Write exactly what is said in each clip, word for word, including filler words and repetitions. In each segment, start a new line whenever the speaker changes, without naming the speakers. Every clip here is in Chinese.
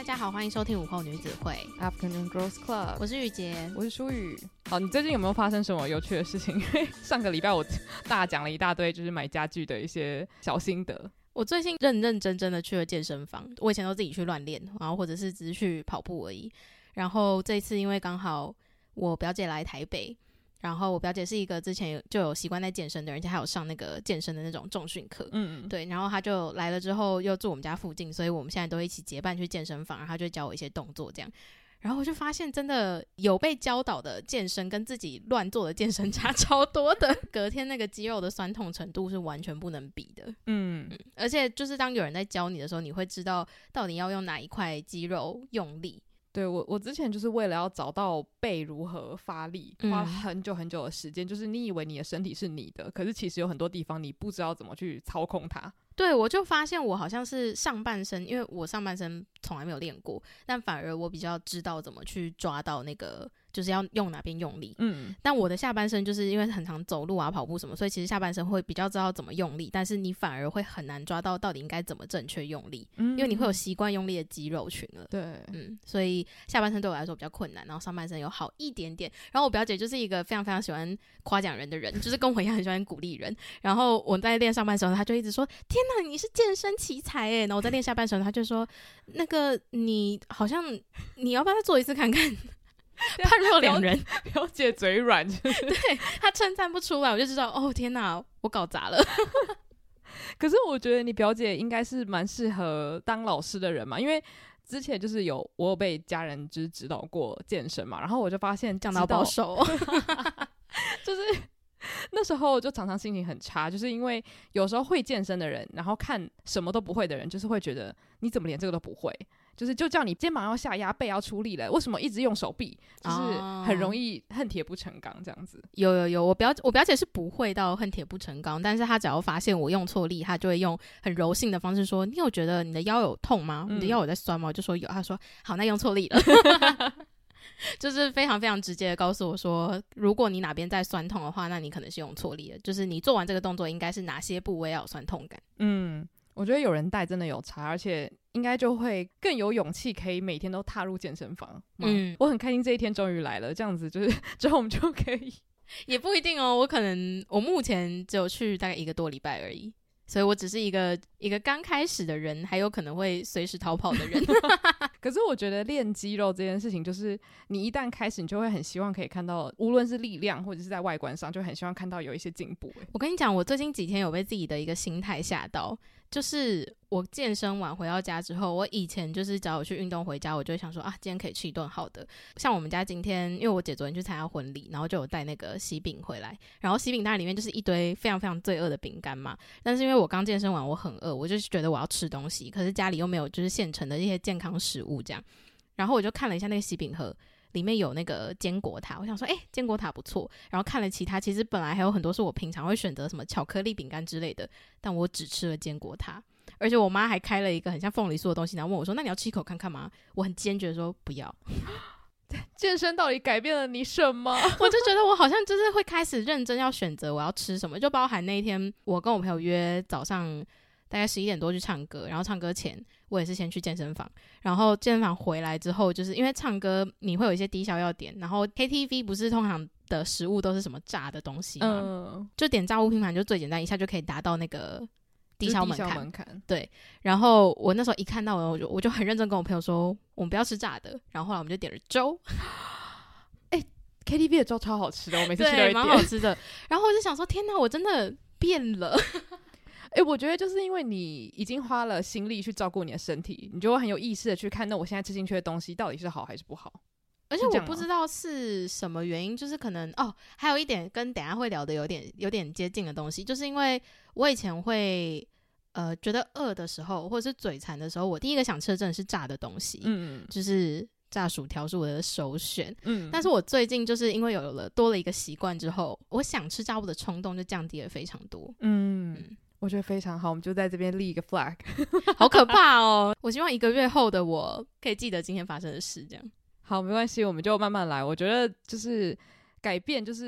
大家好，欢迎收听午后女子会
Afternoon Girls Club，
我是雨洁，
我是舒雨。好，你最近有没有发生什么有趣的事情？因为上个礼拜我大讲了一大堆就是买家具的一些小心得。
我最近认认真真的去了健身房，我以前都自己去乱练，然后或者是只是去跑步而已。然后这一次因为刚好我表姐来台北，然后我表姐是一个之前有就有习惯在健身的人，而且还有上那个健身的那种重训课，嗯，对，然后她就来了之后又住我们家附近，所以我们现在都一起结伴去健身房，然后她就教我一些动作这样。然后我就发现真的有被教导的健身跟自己乱做的健身差超多的，隔天那个肌肉的酸痛程度是完全不能比的。嗯, 嗯而且就是当有人在教你的时候，你会知道到底要用哪一块肌肉用力。
对，我我之前就是为了要找到背如何发力，花了很久很久的时间、嗯、就是你以为你的身体是你的，可是其实有很多地方你不知道怎么去操控它。
对，我就发现我好像是上半身，因为我上半身从来没有练过，但反而我比较知道怎么去抓到那个就是要用哪边用力。嗯，但我的下半身就是因为很常走路啊跑步什么，所以其实下半身会比较知道怎么用力，但是你反而会很难抓到到底应该怎么正确用力、嗯、因为你会有习惯用力的肌肉群了。
对，
嗯，所以下半身对我来说比较困难，然后上半身有好一点点。然后我表姐就是一个非常非常喜欢夸奖人的人，就是跟我一样很喜欢鼓励人。然后我在练上半身，她就一直说天哪你是健身奇才耶，然后我在练下半身，她就说那个你好像你要不要再做一次看看。判若两人，
表姐嘴软、就是、
对，她称赞不出来，我就知道哦天哪我搞砸了。
可是我觉得你表姐应该是蛮适合当老师的人嘛，因为之前就是有我有被家人就是指导过健身嘛，然后我就发现
讲到保守
就是那时候就常常心情很差，就是因为有时候会健身的人然后看什么都不会的人，就是会觉得你怎么连这个都不会，就是就叫你肩膀要下压，背要出力了，为什么一直用手臂，就是很容易恨铁不成钢这样子。
有有有，我表我表姐是不会到恨铁不成钢，但是她只要发现我用错力，她就会用很柔性的方式说你有觉得你的腰有痛吗、嗯、你的腰有在酸吗？我就说有，她说好那用错力了就是非常非常直接的告诉我说如果你哪边在酸痛的话，那你可能是用错力了，就是你做完这个动作应该是哪些部位要有酸痛感。
嗯，我觉得有人带真的有差，而且应该就会更有勇气可以每天都踏入健身房。嗯，我很开心这一天终于来了，这样子就是之后我们就可以
也不一定哦，我可能我目前只有去大概一个多礼拜而已，所以我只是一个一个刚开始的人，还有可能会随时逃跑的人
可是我觉得练肌肉这件事情，就是你一旦开始你就会很希望可以看到，无论是力量或者是在外观上，就很希望看到有一些进步。
我跟你讲，我最近几天有被自己的一个心态吓到，就是我健身完回到家之后，我以前就是只要我去运动回家，我就会想说啊，今天可以吃一顿好的。像我们家今天，因为我姐昨天去参加婚礼，然后就有带那个喜饼回来，然后喜饼当然里面就是一堆非常非常罪恶的饼干嘛，但是因为我刚健身完我很饿，我就觉得我要吃东西，可是家里又没有就是现成的一些健康食物这样，然后我就看了一下那个喜饼盒，里面有那个坚果塔，我想说哎、欸，坚果塔不错，然后看了其他，其实本来还有很多是我平常会选择什么巧克力饼干之类的，但我只吃了坚果塔，而且我妈还开了一个很像凤梨酥的东西，然后问我说那你要吃一口看看吗？我很坚决的说不要
健身到底改变了你什么？
我就觉得我好像就是会开始认真要选择我要吃什么，就包含那一天我跟我朋友约早上大概十一点多去唱歌，然后唱歌前我也是先去健身房，然后健身房回来之后，就是因为唱歌你会有一些低消要点，然后 K T V 不是通常的食物都是什么炸的东西吗、嗯、就点炸物拼盘就最简单，一下就可以达到那个低消门槛，门槛对。然后我那时候一看到我就我就很认真跟我朋友说我们不要吃炸的，然后后来我们就点了粥
欸 K T V 的粥超好吃的，我每次去都会点，
蛮好吃的。然后我就想说天哪我真的变了
欸，我觉得就是因为你已经花了心力去照顾你的身体，你就会很有意识的去看那我现在吃进去的东西到底是好还是不好。
而且我不知道是什么原因，就是可能哦，还有一点跟等一下会聊的有点有点接近的东西，就是因为我以前会呃觉得饿的时候或者是嘴馋的时候，我第一个想吃的真的是炸的东西，嗯，就是炸薯条是我的首选，嗯，但是我最近就是因为有了多了一个习惯之后，我想吃炸物的冲动就降低了非常多，嗯。嗯
我觉得非常好，我们就在这边立一个 flag
好可怕哦我希望一个月后的我可以记得今天发生的事这样。
好，没关系，我们就慢慢来。我觉得就是改变就是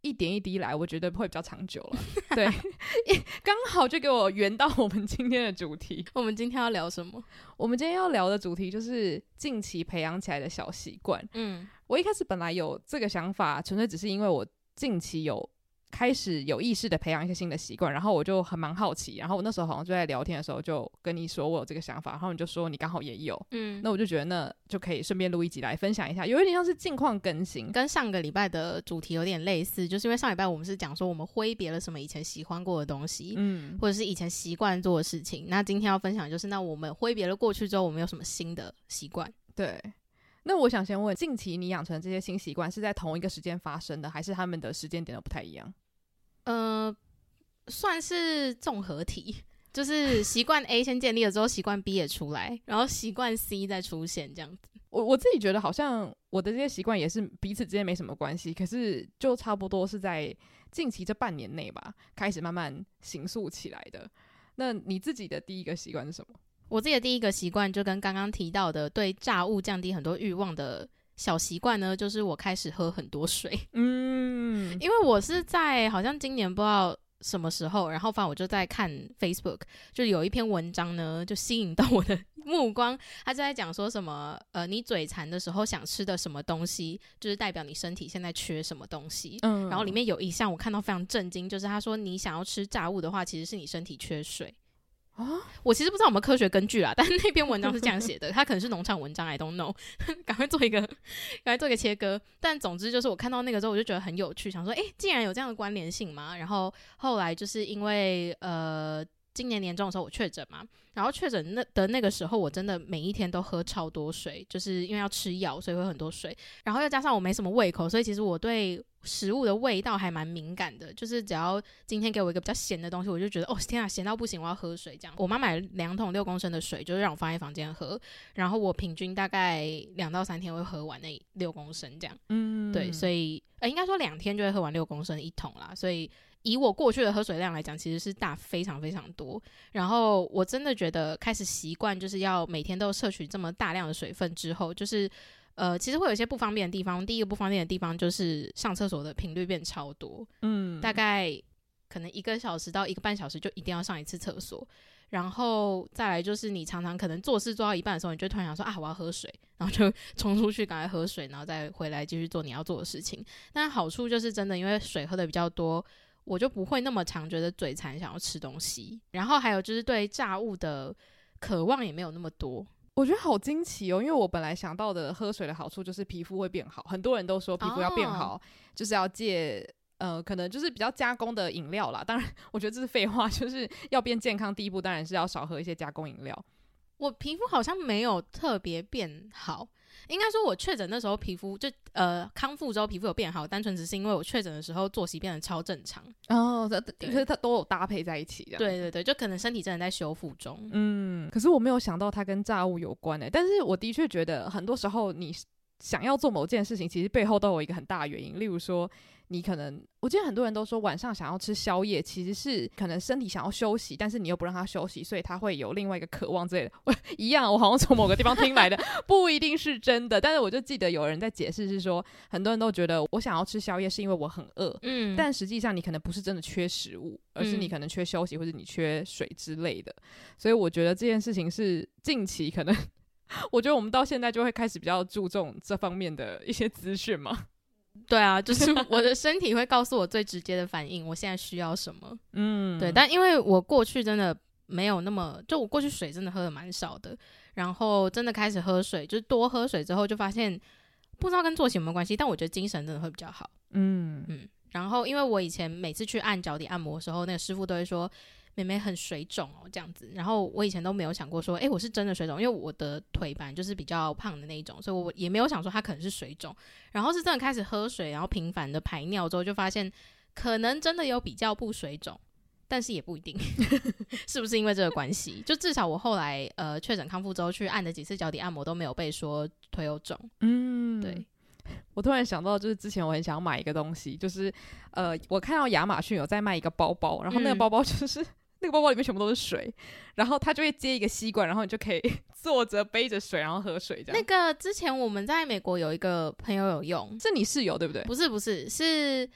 一点一滴来，我觉得会比较长久了。对，刚好就给我圆到我们今天的主题。
我们今天要聊什么？
我们今天要聊的主题就是近期培养起来的小习惯。嗯，我一开始本来有这个想法，纯粹只是因为我近期有开始有意识的培养一些新的习惯，然后我就很蛮好奇，然后我那时候好像就在聊天的时候就跟你说我有这个想法，然后你就说你刚好也有，嗯，那我就觉得那就可以顺便录一集来分享一下，有一点像是近况更新，
跟上个礼拜的主题有点类似，就是因为上礼拜我们是讲说我们挥别了什么以前喜欢过的东西，嗯，或者是以前习惯做的事情，那今天要分享的就是那我们挥别了过去之后，我们有什么新的习惯？
对。那我想先问，近期你养成的这些新习惯是在同一个时间发生的，还是他们的时间点都不太一样？
呃，算是综合体，就是习惯 A 先建立了之后，习惯 B 也出来，然后习惯 C 再出现这样子。
我我自己觉得好像我的这些习惯也是彼此之间没什么关系，可是就差不多是在近期这半年内吧，开始慢慢形塑起来的。那你自己的第一个习惯是什么？
我自己的第一个习惯就跟刚刚提到的对炸物降低很多欲望的小习惯呢，就是我开始喝很多水。嗯，因为我是在好像今年不知道什么时候，然后反正我就在看 Facebook， 就有一篇文章呢就吸引到我的目光，他就在讲说什么呃，你嘴馋的时候想吃的什么东西，就是代表你身体现在缺什么东西。嗯，然后里面有一项我看到非常震惊，就是他说你想要吃炸物的话，其实是你身体缺水。哦、我其实不知道有没有科学根据啦，但是那篇文章是这样写的，它可能是农场文章 I don't know 赶快做一个赶快做一个切割。但总之就是我看到那个之后我就觉得很有趣，想说诶竟然有这样的关联性吗？然后后来就是因为呃今年年中的时候我确诊嘛，然后确诊那的那个时候我真的每一天都喝超多水，就是因为要吃药所以会很多水，然后又加上我没什么胃口，所以其实我对食物的味道还蛮敏感的，就是只要今天给我一个比较咸的东西，我就觉得哦天啊咸到不行，我要喝水这样。我妈买了两桶六公升的水，就是让我放在房间喝，然后我平均大概两到三天会喝完那六公升这样。嗯，对，所以呃应该说两天就会喝完六公升一桶啦，所以以我过去的喝水量来讲其实是大非常非常多，然后我真的觉得开始习惯就是要每天都摄取这么大量的水分之后，就是呃，其实会有一些不方便的地方。第一个不方便的地方就是上厕所的频率变超多，嗯，大概可能一个小时到一个半小时就一定要上一次厕所。然后再来就是你常常可能做事做到一半的时候，你就突然想说啊我要喝水，然后就冲出去赶快喝水，然后再回来继续做你要做的事情。但好处就是真的因为水喝的比较多，我就不会那么常觉得嘴馋想要吃东西，然后还有就是对炸物的渴望也没有那么多。
我觉得好惊奇哦，因为我本来想到的喝水的好处就是皮肤会变好，很多人都说皮肤要变好、oh. 就是要戒呃，可能就是比较加工的饮料啦，当然我觉得这是废话，就是要变健康第一步当然是要少喝一些加工饮料。
我皮肤好像没有特别变好，应该说我确诊那时候皮肤就呃康复之后皮肤有变好，单纯只是因为我确诊的时候作息变得超正常
哦，可是它都有搭配在一起这样。
对对对，就可能身体真的在修复中。
嗯，可是我没有想到它跟炸物有关欸，但是我的确觉得很多时候你想要做某件事情其实背后都有一个很大的原因，例如说你可能我记得很多人都说晚上想要吃宵夜其实是可能身体想要休息，但是你又不让他休息，所以他会有另外一个渴望之类的。我一样我好像从某个地方听来的不一定是真的，但是我就记得有人在解释是说很多人都觉得我想要吃宵夜是因为我很饿，嗯，但实际上你可能不是真的缺食物，而是你可能缺休息或者你缺水之类的。所以我觉得这件事情是近期可能我觉得我们到现在就会开始比较注重这方面的一些资讯嘛。
对啊，就是我的身体会告诉我最直接的反应我现在需要什么。嗯，对，但因为我过去真的没有那么，就我过去水真的喝的蛮少的，然后真的开始喝水，就是多喝水之后就发现不知道跟作息有没有关系，但我觉得精神真的会比较好。嗯嗯，然后因为我以前每次去按脚底按摩的时候，那个师傅都会说妹妹很水肿哦这样子，然后我以前都没有想过说诶我是真的水肿，因为我的腿板就是比较胖的那一种，所以我也没有想说它可能是水肿，然后是真的开始喝水然后频繁的排尿之后就发现可能真的有比较不水肿，但是也不一定是不是因为这个关系，就至少我后来呃确诊康复之后去按的几次脚底按摩都没有被说腿有肿。嗯，对。
我突然想到就是之前我很想买一个东西，就是呃我看到亚马逊有在卖一个包包，然后那个包包就是、嗯、那个包包里面全部都是水，然后它就会接一个吸管，然后你就可以坐着背着水然后喝水这样。
那个之前我们在美国有一个朋友有用，
是你室友对不对？
不是不是是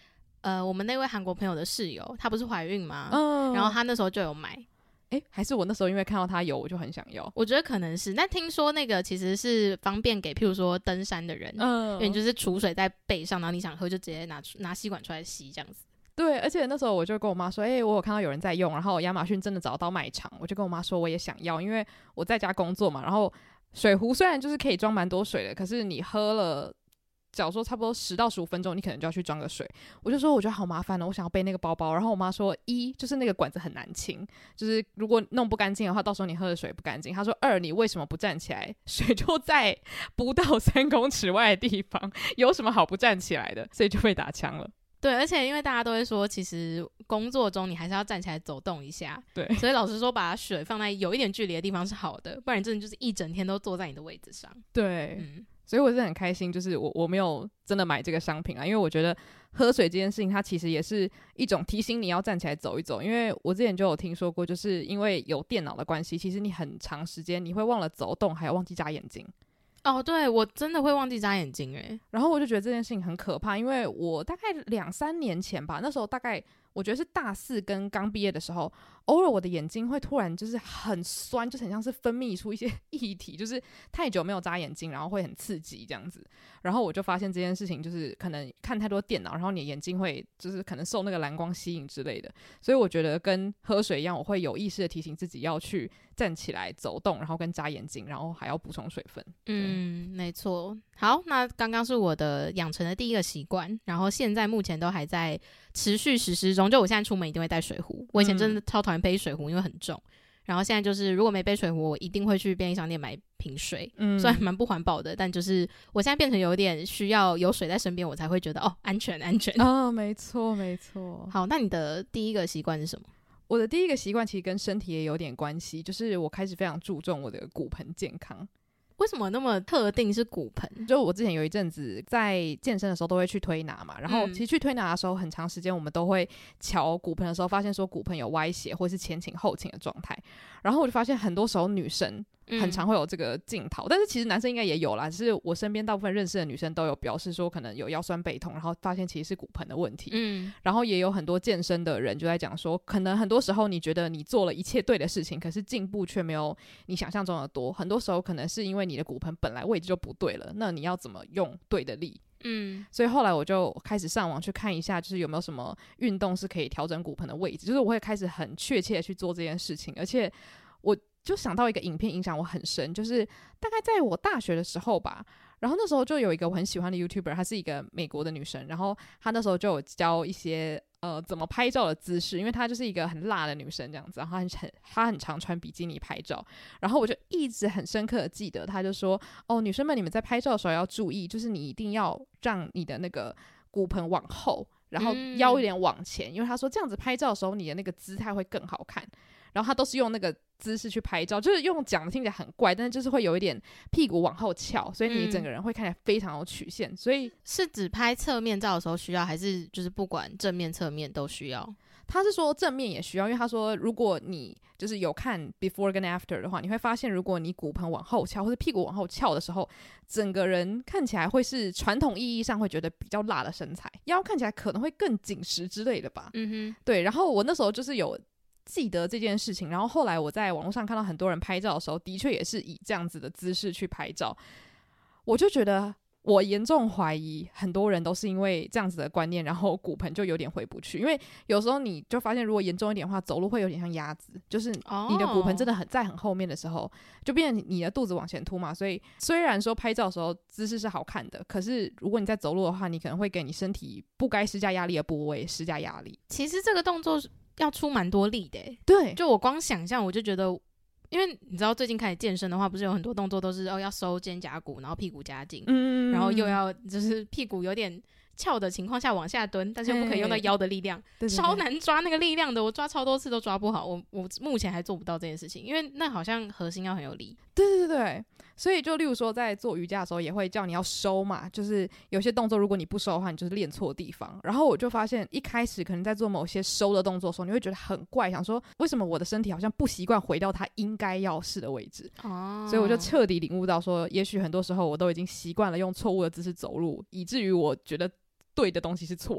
呃，我们那位韩国朋友的室友，她不是怀孕吗？
嗯，
然后她那时候就有买。
哎、欸，还是我那时候因为看到它有，我就很想要。
我觉得可能是，但听说那个其实是方便给，譬如说登山的人，嗯，因为你就是储水在背上，然后你想喝就直接拿拿吸管出来吸这样子。
对，而且那时候我就跟我妈说，哎、欸，我有看到有人在用，然后亚马逊真的找到卖场，我就跟我妈说我也想要，因为我在家工作嘛，然后水壶虽然就是可以装蛮多水的，可是你喝了。假如说差不多十到十五分钟，你可能就要去装个水。我就说我觉得好麻烦哦，我想要背那个包包。然后我妈说，一就是那个管子很难清，就是如果弄不干净的话，到时候你喝的水不干净。她说，二你为什么不站起来？水就在不到三公尺外的地方，有什么好不站起来的？所以就被打枪了。
对，而且因为大家都会说，其实工作中你还是要站起来走动一下。对，所以老实说，把水放在有一点距离的地方是好的，不然真的就是一整天都坐在你的位置上。
对，嗯。所以我是很开心，就是我我没有真的买这个商品啊，因为我觉得喝水这件事情，它其实也是一种提醒你要站起来走一走。因为我之前就有听说过，就是因为有电脑的关系，其实你很长时间你会忘了走动，还有忘记眨眼睛。
哦，对，我真的会忘记眨眼睛诶。
然后我就觉得这件事情很可怕，因为我大概两三年前吧，那时候大概我觉得是大四跟刚毕业的时候，偶尔我的眼睛会突然就是很酸，就是很像是分泌出一些液体，就是太久没有眨眼睛，然后会很刺激这样子。然后我就发现这件事情就是可能看太多电脑，然后你的眼睛会就是可能受那个蓝光吸引之类的。所以我觉得跟喝水一样，我会有意识的提醒自己要去站起来走动，然后跟眨眼睛，然后还要补充水分。
嗯，没错。好，那刚刚是我的养成的第一个习惯，然后现在目前都还在持续实施中。就我现在出门一定会带水壶，我以前真的超讨厌背水壶，因为很重。然后现在就是如果没背水壶，我一定会去便利商店买瓶水，嗯，虽然蛮不环保的，但就是我现在变成有点需要有水在身边，我才会觉得哦，安全安全。
哦，没错没错。
好，那你的第一个习惯是什么？
我的第一个习惯其实跟身体也有点关系，就是我开始非常注重我的骨盆健康。
为什么那么特定是骨盆？
就我之前有一阵子在健身的时候都会去推拿嘛，然后其实去推拿的时候很长时间我们都会瞧骨盆的时候发现说骨盆有歪斜或是前倾后倾的状态，然后我就发现很多时候女生很常会有这个镜头、嗯、但是其实男生应该也有啦，只是我身边大部分认识的女生都有表示说可能有腰酸背痛，然后发现其实是骨盆的问题。嗯，然后也有很多健身的人就在讲说可能很多时候你觉得你做了一切对的事情，可是进步却没有你想象中的多，很多时候可能是因为你的骨盆本来位置就不对了，那你要怎么用对的力？嗯，所以后来我就开始上网去看一下，就是有没有什么运动是可以调整骨盆的位置，就是我会开始很确切的去做这件事情。而且我就想到一个影片影响我很深，就是大概在我大学的时候吧，然后那时候就有一个我很喜欢的 YouTuber， 她是一个美国的女生，然后她那时候就有教一些呃怎么拍照的姿势，因为她就是一个很辣的女生这样子，然后她很她很常穿比基尼拍照，然后我就一直很深刻的记得，她就说哦，女生们你们在拍照的时候要注意，就是你一定要让你的那个骨盆往后，然后腰有点往前、嗯、因为她说这样子拍照的时候你的那个姿态会更好看。然后他都是用那个姿势去拍照，就是用讲的听起来很怪，但是就是会有一点屁股往后翘，所以你整个人会看起来非常有曲线。所以
是指拍侧面照的时候需要，还是就是不管正面侧面都需要？
他是说正面也需要，因为他说如果你就是有看 before 跟 after 的话，你会发现如果你骨盆往后翘或是屁股往后翘的时候，整个人看起来会是传统意义上会觉得比较辣的身材，腰看起来可能会更紧实之类的吧。嗯哼，对。然后我那时候就是有记得这件事情，然后后来我在网络上看到很多人拍照的时候的确也是以这样子的姿势去拍照，我就觉得我严重怀疑很多人都是因为这样子的观念，然后骨盆就有点回不去，因为有时候你就发现如果严重一点的话走路会有点像鸭子，就是你的骨盆真的很在很后面的时候就变成你的肚子往前凸嘛，所以虽然说拍照的时候姿势是好看的，可是如果你在走路的话你可能会给你身体不该施加压力的部位施加压力。
其实这个动作要出蛮多力的耶，
对，
就我光想象我就觉得，因为你知道最近开始健身的话不是有很多动作都是哦要收肩胛骨然后屁股夹紧、嗯、然后又要就是屁股有点翘的情况下往下蹲，但是又不可以用到腰的力量，对对对，超难抓那个力量的，我抓超多次都抓不好，我我目前还做不到这件事情，因为那好像核心要很有力。
对对对对，所以就例如说在做瑜伽的时候也会叫你要收嘛，就是有些动作如果你不收的话你就是练错地方，然后我就发现一开始可能在做某些收的动作的时候你会觉得很怪，想说为什么我的身体好像不习惯回到它应该要是的位置、哦、所以我就彻底领悟到说也许很多时候我都已经习惯了用错误的姿势走路，以至于我觉得对的东西是错的。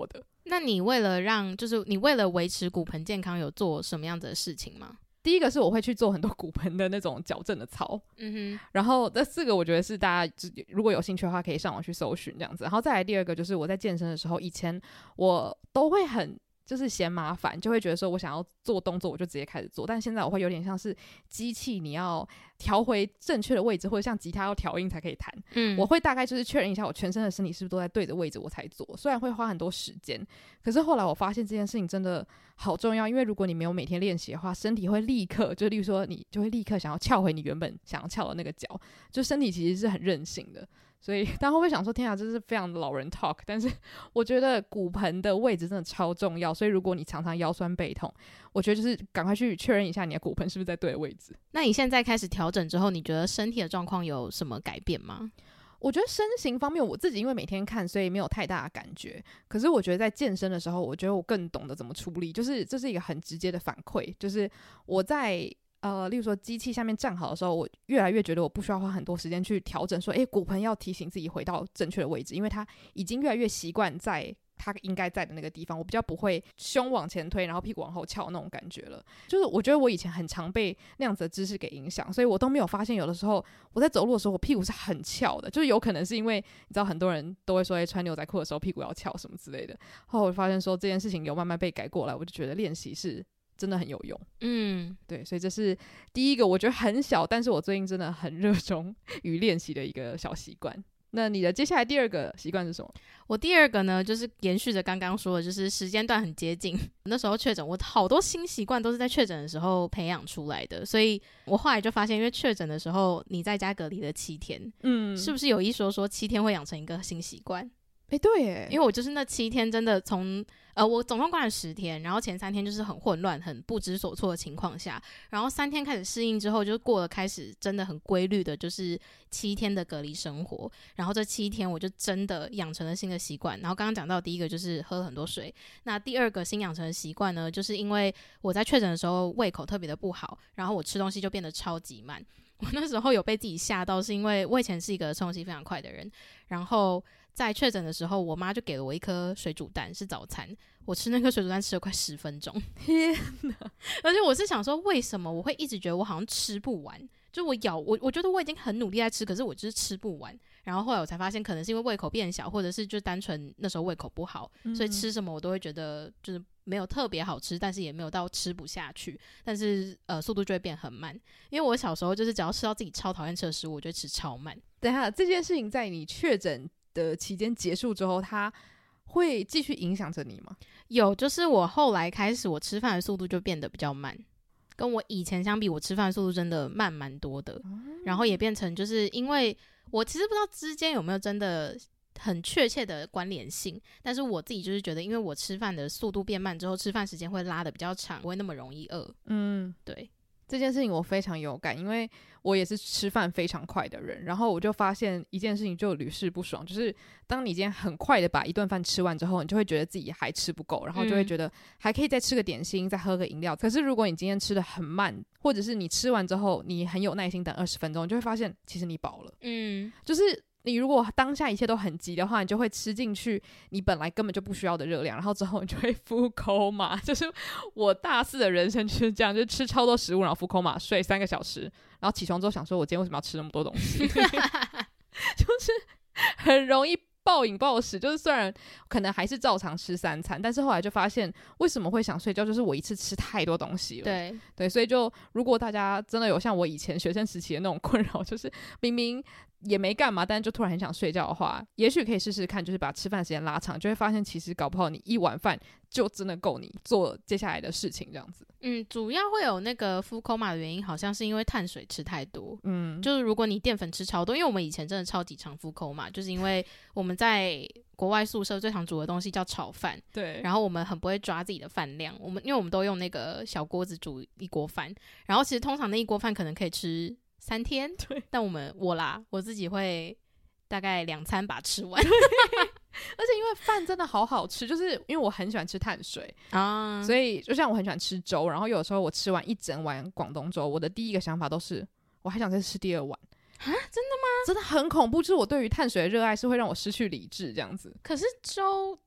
那你为了让就是你为了维持骨盆健康有做什么样子的事情吗？
第一个是我会去做很多骨盆的那种矫正的操，
嗯哼，
然后这四个我觉得是大家如果有兴趣的话可以上网去搜寻这样子。然后再来第二个就是我在健身的时候，以前我都会很就是嫌麻烦，就会觉得说我想要做动作我就直接开始做，但现在我会有点像是机器，你要调回正确的位置，或者像吉他要调音才可以弹。嗯，我会大概就是确认一下我全身的身体是不是都在对的位置我才做，虽然会花很多时间，可是后来我发现这件事情真的好重要，因为如果你没有每天练习的话，身体会立刻就例如说你就会立刻想要翘回你原本想要翘的那个脚，就身体其实是很任性的。所以大家会不会想说天啊这是非常的老人 talk， 但是我觉得骨盆的位置真的超重要，所以如果你常常腰酸背痛，我觉得就是赶快去确认一下你的骨盆是不是在对的位置。
那你现在开始调整之后，你觉得身体的状况有什么改变吗？
我觉得身形方面我自己因为每天看所以没有太大的感觉，可是我觉得在健身的时候我觉得我更懂得怎么处理，就是这是一个很直接的反馈，就是我在呃，例如说机器下面站好的时候，我越来越觉得我不需要花很多时间去调整说诶骨盆要提醒自己回到正确的位置，因为它已经越来越习惯在它应该在的那个地方，我比较不会胸往前推然后屁股往后翘那种感觉了。就是我觉得我以前很常被那样子的姿势给影响，所以我都没有发现有的时候我在走路的时候我屁股是很翘的，就是有可能是因为你知道很多人都会说诶穿牛仔裤的时候屁股要翘什么之类的，后来我发现说这件事情有慢慢被改过来，我就觉得练习是真的很有用。嗯，对，所以这是第一个我觉得很小但是我最近真的很热衷于练习的一个小习惯。那你的接下来第二个习惯是什么？
我第二个呢就是延续着刚刚说的，就是时间段很接近那时候确诊，我好多新习惯都是在确诊的时候培养出来的，所以我后来就发现因为确诊的时候你在家隔离了七天，嗯，是不是有一说说七天会养成一个新习惯？
欸对耶，
因为我就是那七天真的从呃我总共关了十天，然后前三天就是很混乱很不知所措的情况下，然后三天开始适应之后就过了开始真的很规律的就是七天的隔离生活，然后这七天我就真的养成了新的习惯。然后刚刚讲到第一个就是喝了很多水，那第二个新养成的习惯呢，就是因为我在确诊的时候胃口特别的不好，然后我吃东西就变得超级慢。我那时候有被自己吓到，是因为我以前是一个吃东西非常快的人，然后在确诊的时候我妈就给了我一颗水煮蛋是早餐，我吃那颗水煮蛋吃了快十分钟，
天哪！
而且我是想说为什么我会一直觉得我好像吃不完，就我咬我我觉得我已经很努力在吃，可是我就是吃不完。然后后来我才发现可能是因为胃口变小，或者是就单纯那时候胃口不好，嗯，所以吃什么我都会觉得就是没有特别好吃，但是也没有到吃不下去，但是呃速度就会变很慢。因为我小时候就是只要吃到自己超讨厌吃的食物我就会吃超慢。
等一下，这件事情在你确诊的期间结束之后它会继续影响着你吗？
有，就是我后来开始我吃饭的速度就变得比较慢，跟我以前相比我吃饭的速度真的慢蛮多的，嗯，然后也变成就是因为我其实不知道之间有没有真的很确切的关联性，但是我自己就是觉得因为我吃饭的速度变慢之后吃饭时间会拉得比较长，不会那么容易饿。嗯，对，
这件事情我非常有感，因为我也是吃饭非常快的人，然后我就发现一件事情就屡试不爽，就是当你今天很快的把一顿饭吃完之后，你就会觉得自己还吃不够，然后就会觉得还可以再吃个点心再喝个饮料，可是如果你今天吃的很慢，或者是你吃完之后你很有耐心等二十分钟，你就会发现其实你饱了。嗯，就是你如果当下一切都很急的话，你就会吃进去你本来根本就不需要的热量，然后之后你就会 full coma。就是我大四的人生就是这样，就是吃超多食物然后 full coma 睡三个小时，然后起床之后想说我今天为什么要吃那么多东西就是很容易暴饮暴食，就是虽然可能还是照常吃三餐，但是后来就发现为什么会想睡觉，就是我一次吃太多东西了。
对
对，所以就如果大家真的有像我以前学生时期的那种困扰，就是明明也没干嘛但就突然很想睡觉的话，也许可以试试看，就是把吃饭时间拉长，就会发现其实搞不好你一碗饭就真的够你做接下来的事情这样子。
嗯，主要会有那个 food coma 的原因好像是因为碳水吃太多。嗯，就是如果你淀粉吃超多，因为我们以前真的超级常 food coma，就是因为我们在国外宿舍最常煮的东西叫炒饭，对，然后我们很不会抓自己的饭量，我们因为我们都用那个小锅子煮一锅饭，然后其实通常那一锅饭可能可以吃三天，对，但我们我啦我自己会大概两餐把它吃完
而且因为饭真的好好吃，就是因为我很喜欢吃碳水啊，所以就像我很喜欢吃粥，然后有时候我吃完一整碗广东粥，我的第一个想法都是我还想再吃第二碗。
啊，真的吗？
真的很恐怖，就是我对于碳水的热爱是会让我失去理智这样子。
可是粥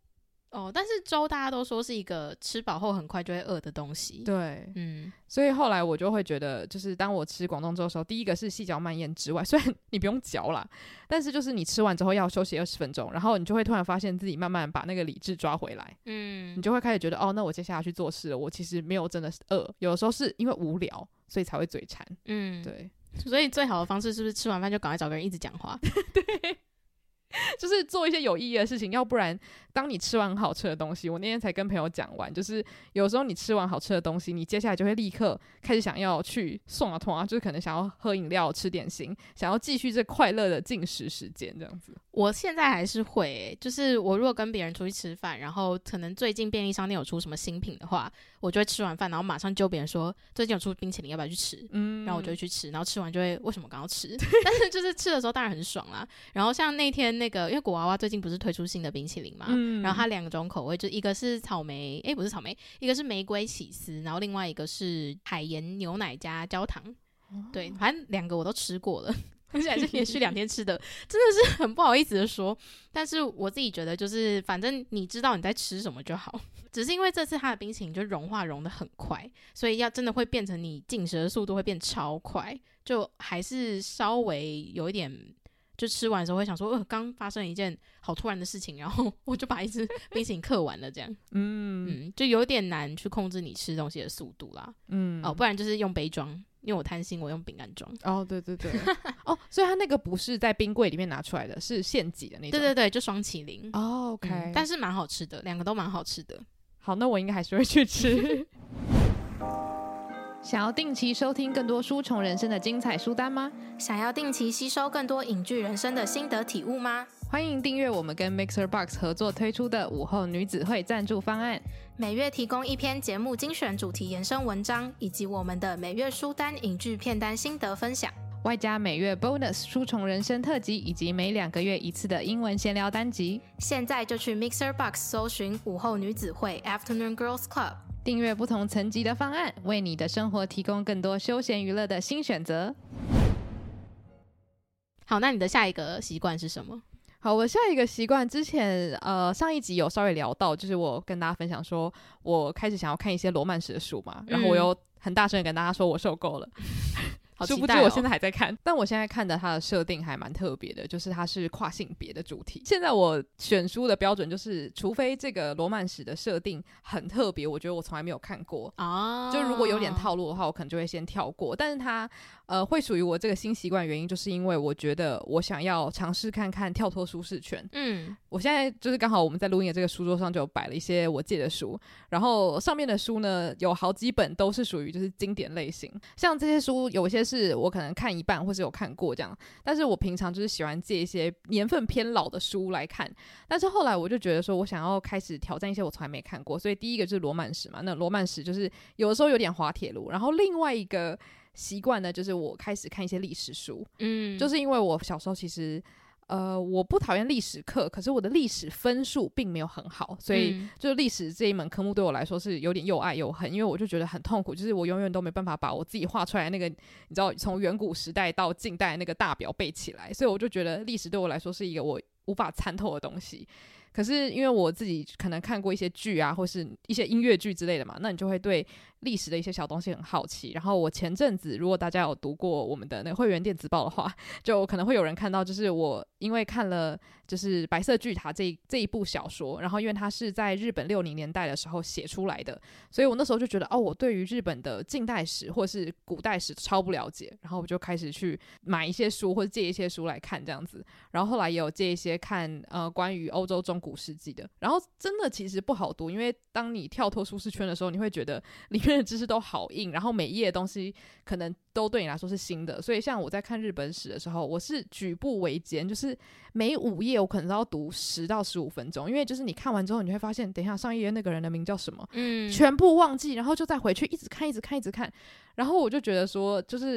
哦，但是粥大家都说是一个吃饱后很快就会饿的东西。
对，
嗯，
所以后来我就会觉得，就是当我吃广东粥的时候，第一个是细嚼慢咽之外，虽然你不用嚼啦，但是就是你吃完之后要休息二十分钟，然后你就会突然发现自己慢慢把那个理智抓回来。嗯，你就会开始觉得，哦，那我接下来去做事了，我其实没有真的是饿，有的时候是因为无聊，所以才会嘴馋。嗯，对。
所以最好的方式是不是吃完饭就赶快找个人一直讲话？
对。就是做一些有意义的事情，要不然当你吃完很好吃的东西，我那天才跟朋友讲完，就是有时候你吃完好吃的东西，你接下来就会立刻开始想要去送啊通啊，就是可能想要喝饮料吃点心，想要继续这快乐的进食时间这样子。
我现在还是会、欸、就是我如果跟别人出去吃饭，然后可能最近便利商店有出什么新品的话，我就会吃完饭然后马上揪别人说最近有出冰淇淋要不要去吃，嗯，然后我就会去吃，然后吃完就会为什么刚要吃但是就是吃的时候当然很爽啦。然后像那天那个因为果娃娃最近不是推出新的冰淇淋嘛、嗯、然后它两种口味，就一个是草莓诶不是草莓，一个是玫瑰起司，然后另外一个是海盐牛奶加焦糖、哦、对，反正两个我都吃过了而且还是连续两天吃的真的是很不好意思的说，但是我自己觉得就是反正你知道你在吃什么就好，只是因为这次它的冰淇淋就融化融得很快，所以要真的会变成你进食的速度会变超快，就还是稍微有一点就吃完的时候会想说呃，刚发生一件好突然的事情，然后我就把一支冰淇淋嗑完了这样嗯, 嗯就有点难去控制你吃东西的速度啦。嗯，哦，不然就是用杯装，因为我贪心我用饼干装。
哦对对对哦，所以它那个不是在冰柜里面拿出来的，是现挤的那种。
对对对，就双麒麟。
哦 OK、嗯、
但是蛮好吃的，两个都蛮好吃的。
好，那我应该还是会去吃想要定期收听更多书虫人生的精彩书单吗？
想要定期吸收更多影剧人生的心得体悟吗？
欢迎订阅我们跟 Mixer Box 合作推出的午后女子会赞助方案，
每月提供一篇节目精选主题延伸文章，以及我们的每月书单影剧片单心得分享，
外加每月 bonus 书虫人生特辑，以及每两个月一次的英文闲聊单集。
现在就去 Mixer Box 搜寻午后女子会 Afternoon Girls Club，
订阅不同层级的方案，为你的生活提供更多休闲娱乐的新选择。
好，那你的下一个习惯是什么？
好，我下一个习惯之前呃上一集有稍微聊到，就是我跟大家分享说我开始想要看一些罗曼史的书嘛，然后我又很大声的跟大家说我受够了
好期待哦，
殊不知我现在还在看，但我现在看的它的设定还蛮特别的，就是它是跨性别的主题。现在我选书的标准就是，除非这个罗曼史的设定很特别，我觉得我从来没有看过啊，就如果有点套路的话，我可能就会先跳过。但是它呃会属于我这个新习惯的原因，就是因为我觉得我想要尝试看看跳脱舒适圈。嗯，我现在就是刚好我们在录音的这个书桌上就摆了一些我借的书，然后上面的书呢有好几本都是属于就是经典类型，像这些书有一些是我可能看一半或是有看过这样，但是我平常就是喜欢借一些年份偏老的书来看。但是后来我就觉得说我想要开始挑战一些我从来没看过，所以第一个就是罗曼史嘛，那罗曼史就是有的时候有点滑铁卢。然后另外一个习惯呢，就是我开始看一些历史书，嗯，就是因为我小时候其实呃，我不讨厌历史课，可是我的历史分数并没有很好，所以就历史这一门科目对我来说是有点又爱又恨，因为我就觉得很痛苦，就是我永远都没办法把我自己画出来那个你知道从远古时代到近代那个大表背起来，所以我就觉得历史对我来说是一个我无法参透的东西。可是因为我自己可能看过一些剧啊，或是一些音乐剧之类的嘛，那你就会对历史的一些小东西很好奇。然后我前阵子如果大家有读过我们的那个会员电子报的话，就可能会有人看到，就是我因为看了就是白色巨塔这一这一部小说，然后因为它是在日本六零年代的时候写出来的，所以我那时候就觉得哦，我对于日本的近代史或是古代史超不了解，然后我就开始去买一些书或者借一些书来看这样子。然后后来也有借一些看呃关于欧洲中古世纪的，然后真的其实不好读，因为当你跳脱舒适圈的时候，你会觉得里面的知识都好硬，然后每一页的东西可能都对你来说是新的。所以像我在看日本史的时候，我是举步维艰，就是每五页我可能都要读十到十五分钟，因为就是你看完之后你会发现等一下上一页那个人的名叫什么，嗯，全部忘记，然后就再回去一直看一直看一直看。然后我就觉得说就是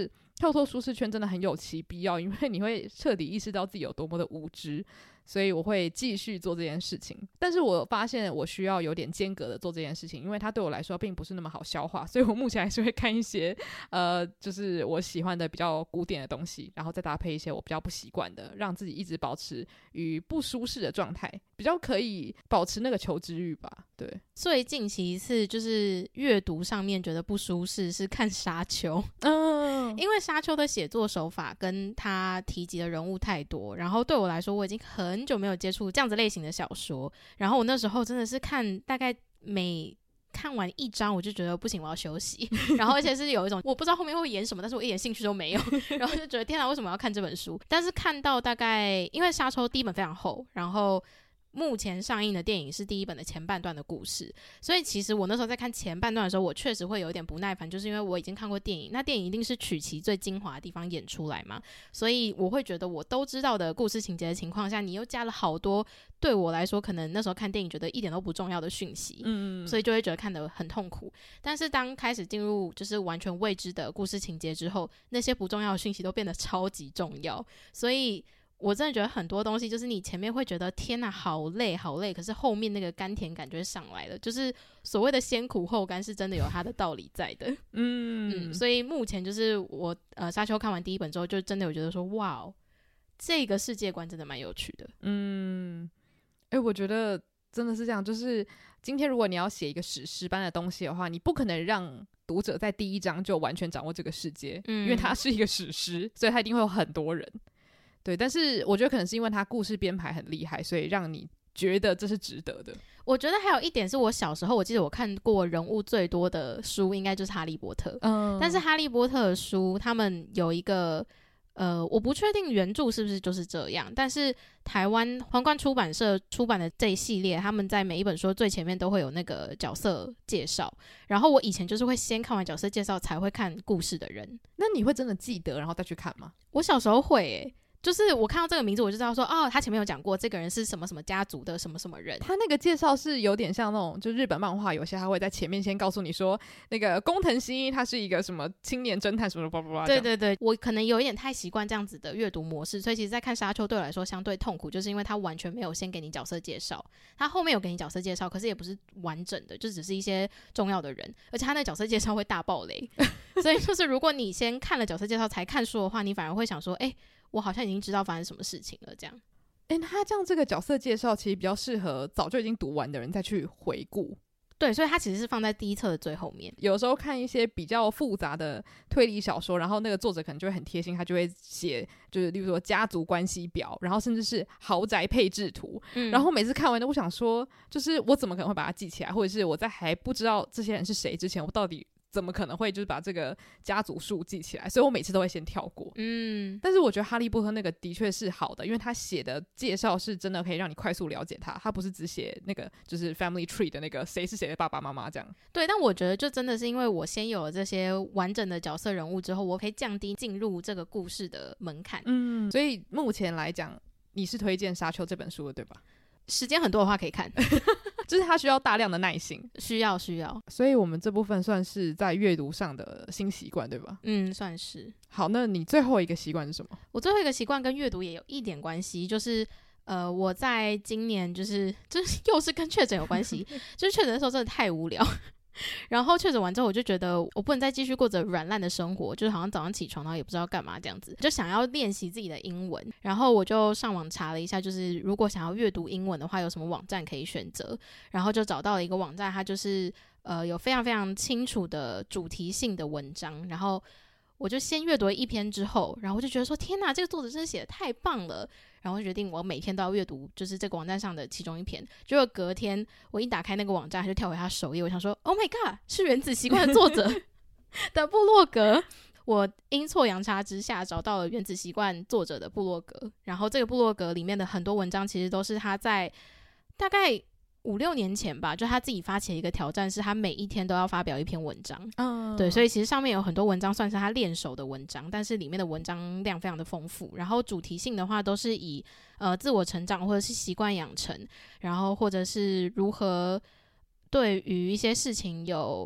跳脱舒适圈真的很有其必要，因为你会彻底意识到自己有多么的无知，所以我会继续做这件事情。但是我发现我需要有点间隔的做这件事情，因为它对我来说并不是那么好消化，所以我目前还是会看一些呃，就是我喜欢的比较古典的东西，然后再搭配一些我比较不习惯的，让自己一直保持于不舒适的状态，比较可以保持那个求知欲吧。对，
最近其一次就是阅读上面觉得不舒适是看沙丘，
嗯，
因为沙丘的写作手法跟他提及的人物太多，然后对我来说我已经很久没有接触这样子类型的小说，然后我那时候真的是看大概每看完一章我就觉得不行，我要休息，然后而且是有一种我不知道后面会演什么，但是我一点兴趣都没有，然后就觉得天哪，为什么要看这本书？但是看到大概因为沙丘第一本非常厚，然后目前上映的电影是第一本的前半段的故事，所以其实我那时候在看前半段的时候，我确实会有一点不耐烦，就是因为我已经看过电影，那电影一定是取其最精华的地方演出来嘛，所以我会觉得我都知道的故事情节的情况下，你又加了好多对我来说可能那时候看电影觉得一点都不重要的讯息，嗯，所以就会觉得看得很痛苦。但是当开始进入就是完全未知的故事情节之后，那些不重要的讯息都变得超级重要，所以我真的觉得很多东西就是你前面会觉得天哪好累好累，可是后面那个甘甜感就会上来了，就是所谓的先苦后甘是真的有它的道理在的。嗯, 嗯所以目前就是我呃沙丘看完第一本之后就真的有觉得说哇，这个世界观真的蛮有趣的。
嗯，哎、欸，我觉得真的是这样，就是今天如果你要写一个史诗般的东西的话，你不可能让读者在第一章就完全掌握这个世界，嗯，因为它是一个史诗，所以它一定会有很多人。对，但是我觉得可能是因为他故事编排很厉害，所以让你觉得这是值得的。
我觉得还有一点是我小时候我记得我看过人物最多的书应该就是哈利波特，嗯，但是哈利波特的书他们有一个呃，我不确定原著是不是就是这样，但是台湾皇冠出版社出版的这一系列，他们在每一本书最前面都会有那个角色介绍，然后我以前就是会先看完角色介绍才会看故事的人。
那你会真的记得然后再去看吗？
我小时候会耶，就是我看到这个名字我就知道说哦，他前面有讲过这个人是什么什么家族的什么什么人。
他那个介绍是有点像那种就日本漫画，有些他会在前面先告诉你说那个工藤新一他是一个什么青年侦探什么巴拉巴拉。
对对对，我可能有一点太习惯这样子的阅读模式，所以其实在看沙丘对我来说相对痛苦，就是因为他完全没有先给你角色介绍，他后面有给你角色介绍，可是也不是完整的，就只是一些重要的人，而且他那个角色介绍会大爆雷所以就是如果你先看了角色介绍才看书的话，你反而会想说哎、欸我好像已经知道发生什么事情了这样。
欸，他这样这个角色介绍其实比较适合早就已经读完的人再去回顾。
对，所以他其实是放在第一册的最后面。
有时候看一些比较复杂的推理小说，然后那个作者可能就会很贴心，他就会写就是例如说家族关系表，然后甚至是豪宅配置图，嗯，然后每次看完呢我想说就是我怎么可能会把它记起来，或者是我在还不知道这些人是谁之前，我到底怎么可能会就是把这个家族树记起来，所以我每次都会先跳过。嗯，但是我觉得哈利波特那个的确是好的，因为他写的介绍是真的可以让你快速了解他，他不是只写那个就是 family tree 的那个谁是谁的爸爸妈妈这样。
对，但我觉得就真的是因为我先有了这些完整的角色人物之后，我可以降低进入这个故事的门槛。
嗯，所以目前来讲你是推荐沙丘这本书的对吧？
时间很多的话可以看
就是它需要大量的耐心，
需要需要，
所以我们这部分算是在阅读上的新习惯对吧？
嗯，算是。
好，那你最后一个习惯是什么？
我最后一个习惯跟阅读也有一点关系，就是呃，我在今年就是就是又是跟确诊有关系就是确诊的时候真的太无聊然后确诊完之后我就觉得我不能再继续过着软烂的生活，就是好像早上起床然后也不知道干嘛这样子，就想要练习自己的英文，然后我就上网查了一下，就是如果想要阅读英文的话有什么网站可以选择，然后就找到了一个网站，它就是呃有非常非常清楚的主题性的文章，然后我就先阅读了一篇之后，然后我就觉得说天哪，这个作者真的写得太棒了，然后就决定我每天都要阅读就是这个网站上的其中一篇。结果隔天我一打开那个网站，他就跳回他首页，我想说 Oh my god， 是原子习惯的作者的部落格我阴错阳差之下找到了原子习惯作者的部落格，然后这个部落格里面的很多文章其实都是他在大概五六年前吧，就他自己发起了一个挑战，是他每一天都要发表一篇文章。嗯，对，所以其实上面有很多文章算是他练手的文章，但是里面的文章量非常的丰富，然后主题性的话都是以呃自我成长或者是习惯养成，然后或者是如何对于一些事情有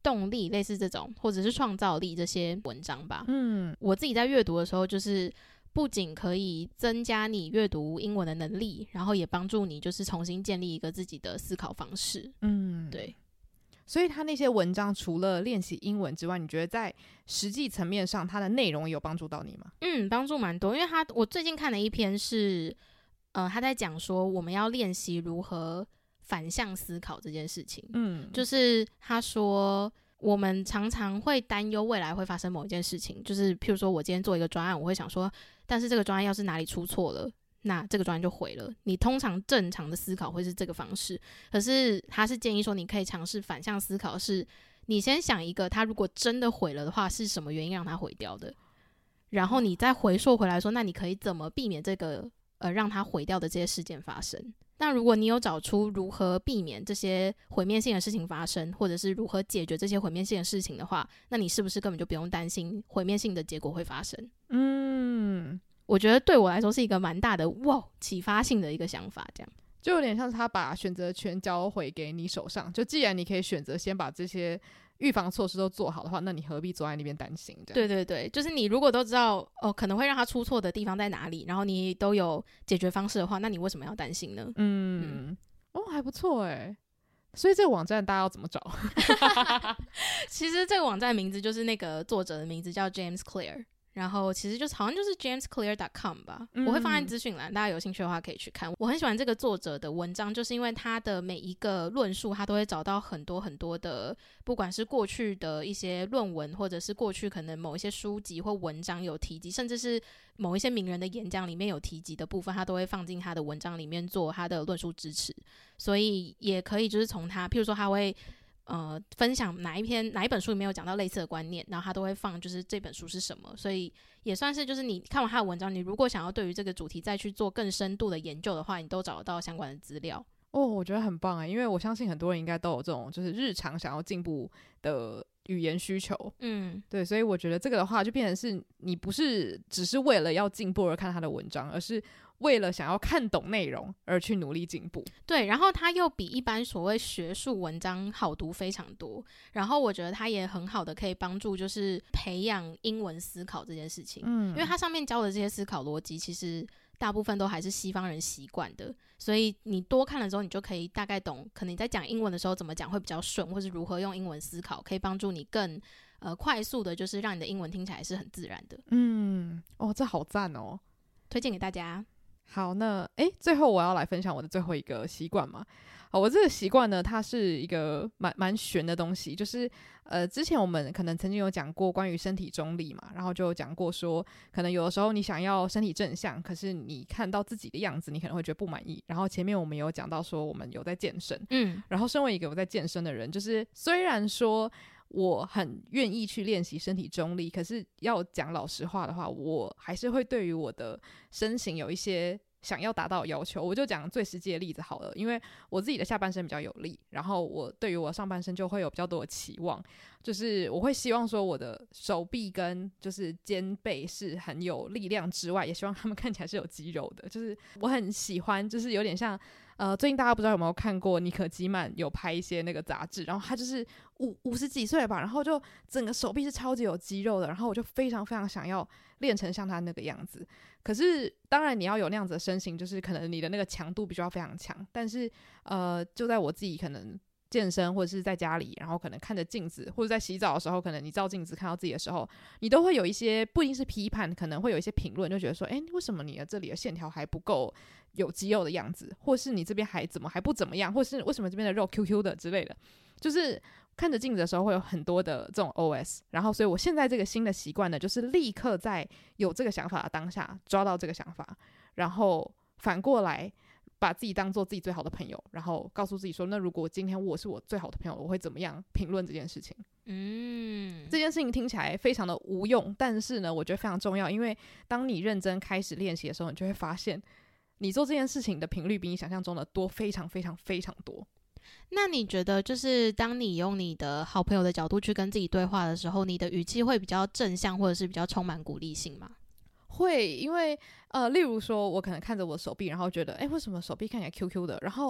动力，类似这种，或者是创造力这些文章吧。
嗯，
我自己在阅读的时候，就是不仅可以增加你阅读英文的能力，然后也帮助你就是重新建立一个自己的思考方式。
嗯，
对。
所以他那些文章除了练习英文之外，你觉得在实际层面上，它的内容有帮助到你吗？
嗯，帮助蛮多，因为他我最近看了一篇是，呃，他在讲说我们要练习如何反向思考这件事情。嗯，就是他说我们常常会担忧未来会发生某一件事情，就是譬如说我今天做一个专案，我会想说，但是这个专案要是哪里出错了，那这个专案就毁了。你通常正常的思考会是这个方式，可是他是建议说你可以尝试反向思考，是你先想一个他如果真的毁了的话是什么原因让他毁掉的，然后你再回溯回来说，那你可以怎么避免这个呃让他毁掉的这些事件发生。那如果你有找出如何避免这些毁灭性的事情发生，或者是如何解决这些毁灭性的事情的话，那你是不是根本就不用担心毁灭性的结果会发生？嗯，我觉得对我来说是一个蛮大的哇启发性的一个想法，这样
就有点像是他把选择权交回给你手上，就既然你可以选择先把这些预防措施都做好的话，那你何必坐在那边担心这样？
对对对，就是你如果都知道哦可能会让他出错的地方在哪里，然后你都有解决方式的话，那你为什么要担心呢？
嗯, 嗯哦还不错耶。所以这个网站大家要怎么找？
其实这个网站名字就是那个作者的名字叫 James Clear，然后其实就是好像就是 james clear dot com 吧、嗯、我会放在资讯栏，大家有兴趣的话可以去看。我很喜欢这个作者的文章，就是因为他的每一个论述他都会找到很多很多的，不管是过去的一些论文，或者是过去可能某一些书籍或文章有提及，甚至是某一些名人的演讲里面有提及的部分，他都会放进他的文章里面做他的论述支持。所以也可以就是从他譬如说他会呃，分享哪一篇哪一本书里面有讲到类似的观念，然后他都会放就是这本书是什么，所以也算是就是你看完他的文章，你如果想要对于这个主题再去做更深度的研究的话，你都找得到相关的资料。
哦，我觉得很棒耶，因为我相信很多人应该都有这种就是日常想要进步的语言需求。嗯，对，所以我觉得这个的话就变成是你不是只是为了要进步而看他的文章，而是为了想要看懂内容而去努力进步。
对，然后他又比一般所谓学术文章好读非常多，然后我觉得他也很好的可以帮助就是培养英文思考这件事情。嗯，因为他上面教的这些思考逻辑其实大部分都还是西方人习惯的，所以你多看了之后你就可以大概懂可能你在讲英文的时候怎么讲会比较顺，或是如何用英文思考可以帮助你更呃快速的就是让你的英文听起来是很自然的。
嗯，哦，这好赞哦，
推荐给大家。
好，那诶最后我要来分享我的最后一个习惯嘛。好，我这个习惯呢，它是一个蛮蛮玄的东西，就是呃，之前我们可能曾经有讲过关于身体中立嘛，然后就有讲过说，可能有的时候你想要身体正向，可是你看到自己的样子，你可能会觉得不满意。然后前面我们有讲到说，我们有在健身，嗯，然后身为一个有在健身的人，就是虽然说我很愿意去练习身体中立，可是要讲老实话的话，我还是会对于我的身形有一些想要达到的要求。我就讲最实际的例子好了，因为我自己的下半身比较有力，然后我对于我上半身就会有比较多的期望，就是我会希望说我的手臂跟就是肩背是很有力量之外，也希望他们看起来是有肌肉的。就是我很喜欢，就是有点像呃，最近大家不知道有没有看过妮可基曼有拍一些那个杂志，然后他就是五五十几岁吧，然后就整个手臂是超级有肌肉的，然后我就非常非常想要练成像他那个样子。可是当然你要有那样子的身形，就是可能你的那个强度必须要非常强，但是呃，就在我自己可能健身或者是在家里，然后可能看着镜子，或者在洗澡的时候，可能你照镜子看到自己的时候，你都会有一些不一定是批判，可能会有一些评论，就觉得说诶，为什么你的这里的线条还不够有肌肉的样子，或是你这边还怎么还不怎么样，或是为什么这边的肉 Q Q 的之类的，就是看着镜子的时候会有很多的这种 O S。 然后所以我现在这个新的习惯呢，就是立刻在有这个想法的当下抓到这个想法，然后反过来把自己当做自己最好的朋友，然后告诉自己说，那如果今天我是我最好的朋友，我会怎么样评论这件事情。嗯，这件事情听起来非常的无用，但是呢我觉得非常重要，因为当你认真开始练习的时候，你就会发现你做这件事情的频率比你想象中的多非常非常非常多。
那你觉得就是当你用你的好朋友的角度去跟自己对话的时候，你的语气会比较正向，或者是比较充满鼓励性吗？
会，因为呃，例如说我可能看着我的手臂，然后觉得诶为什么手臂看起来 Q Q 的，然后